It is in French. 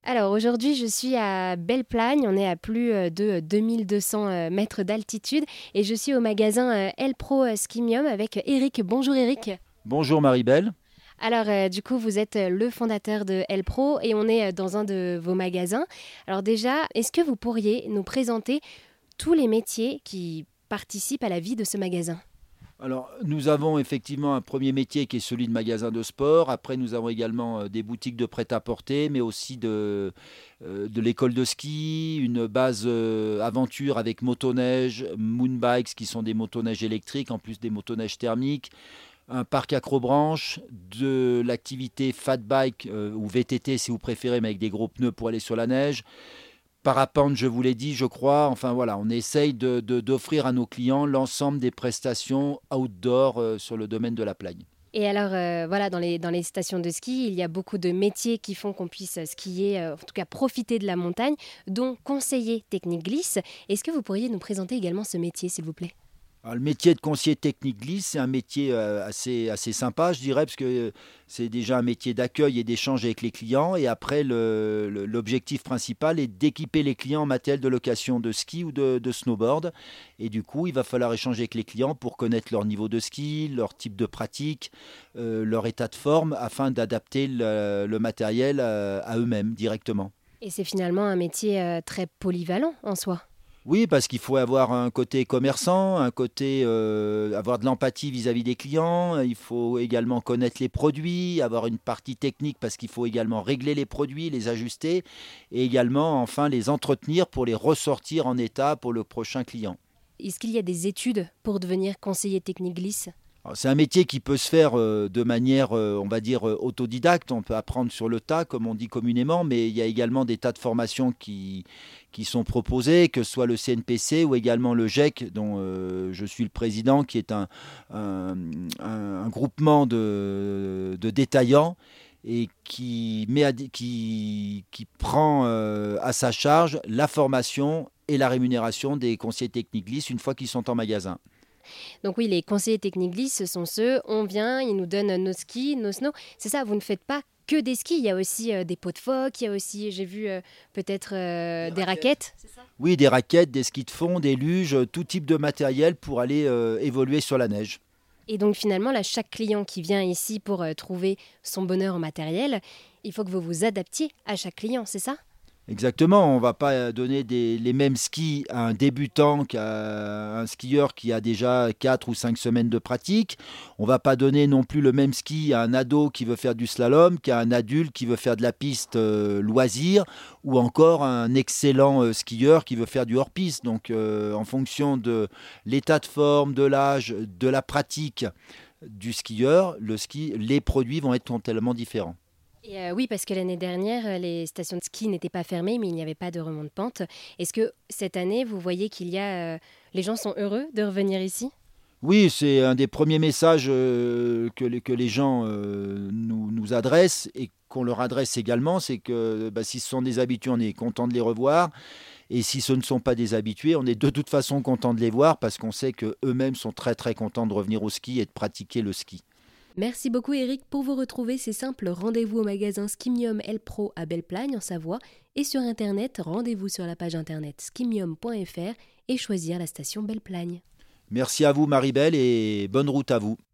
Alors aujourd'hui, je suis à Belle-Plagne, on est à plus de 2200 mètres d'altitude et je suis au magasin El Pro Skimium avec Eric. Bonjour Eric. Bonjour Maribel. Alors du coup, vous êtes le fondateur de El Pro et on est dans un de vos magasins. Alors déjà, est-ce que vous pourriez nous présenter tous les métiers qui participent à la vie de ce magasin? Alors, nous avons effectivement un premier métier qui est celui de magasin de sport. Après, nous avons également des boutiques de prêt-à-porter, mais aussi de l'école de ski, une base aventure avec motoneige, moonbikes qui sont des motoneiges électriques en plus des motoneiges thermiques, un parc accrobranche, de l'activité fat bike ou VTT si vous préférez, mais avec des gros pneus pour aller sur la neige. Parapente, je vous l'ai dit, je crois. Enfin voilà, on essaye d'offrir à nos clients l'ensemble des prestations outdoor sur le domaine de la plagne. Et alors, voilà, dans les stations de ski, il y a beaucoup de métiers qui font qu'on puisse skier, en tout cas profiter de la montagne, dont conseiller technique glisse. Est-ce que vous pourriez nous présenter également ce métier, s'il vous plaît? Alors, le métier de conseiller technique glisse, c'est un métier assez sympa, je dirais, parce que c'est déjà un métier d'accueil et d'échange avec les clients. Et après, l'objectif principal est d'équiper les clients en matériel de location de ski ou de snowboard. Et du coup, il va falloir échanger avec les clients pour connaître leur niveau de ski, leur type de pratique, leur état de forme, afin d'adapter le matériel à eux-mêmes directement. Et c'est finalement un métier très polyvalent en soi. Oui, parce qu'il faut avoir un côté commerçant, un côté avoir de l'empathie vis-à-vis des clients. Il faut également connaître les produits, avoir une partie technique parce qu'il faut également régler les produits, les ajuster et également enfin les entretenir pour les ressortir en état pour le prochain client. Est-ce qu'il y a des études pour devenir conseiller technique glisse? Alors, c'est un métier qui peut se faire de manière, on va dire, autodidacte. On peut apprendre sur le tas, comme on dit communément, mais il y a également des tas de formations qui sont proposées, que ce soit le CNPC ou également le GEC, dont je suis le président, qui est un groupement de détaillants et qui prend à sa charge la formation et la rémunération des conseillers techniques glisse une fois qu'ils sont en magasin. Donc oui, les conseillers technique glisse, ce sont ceux, on vient, ils nous donnent nos skis, nos snows. C'est ça, vous ne faites pas que des skis, il y a aussi des pots de phoque, il y a aussi, j'ai vu peut-être des raquettes. C'est ça? Oui, des raquettes, des skis de fond, des luges, tout type de matériel pour aller évoluer sur la neige. Et donc finalement, là, chaque client qui vient ici pour trouver son bonheur en matériel, il faut que vous vous adaptiez à chaque client, c'est ça? Exactement, on ne va pas donner les mêmes skis à un débutant qu'à un skieur qui a déjà 4 ou 5 semaines de pratique. On ne va pas donner non plus le même ski à un ado qui veut faire du slalom qu'à un adulte qui veut faire de la piste loisir ou encore à un excellent skieur qui veut faire du hors-piste. Donc en fonction de l'état de forme, de l'âge, de la pratique du skieur, les produits vont être totalement différents. Et oui, parce que l'année dernière, les stations de ski n'étaient pas fermées, mais il n'y avait pas de remontée de pente. Est-ce que cette année, vous voyez qu'il y a... les gens sont heureux de revenir ici? Oui, c'est un des premiers messages que les gens nous adressent et qu'on leur adresse également, c'est que si ce sont des habitués, on est content de les revoir. Et si ce ne sont pas des habitués, on est de toute façon content de les voir parce qu'on sait qu'eux-mêmes sont très très contents de revenir au ski et de pratiquer le ski. Merci beaucoup Eric. Pour vous retrouver, c'est simple, rendez-vous au magasin Skimium El Pro à Belle-Plagne en Savoie et sur internet, rendez-vous sur la page internet skimium.fr et choisir la station Belle-Plagne. Merci à vous Maribel et bonne route à vous.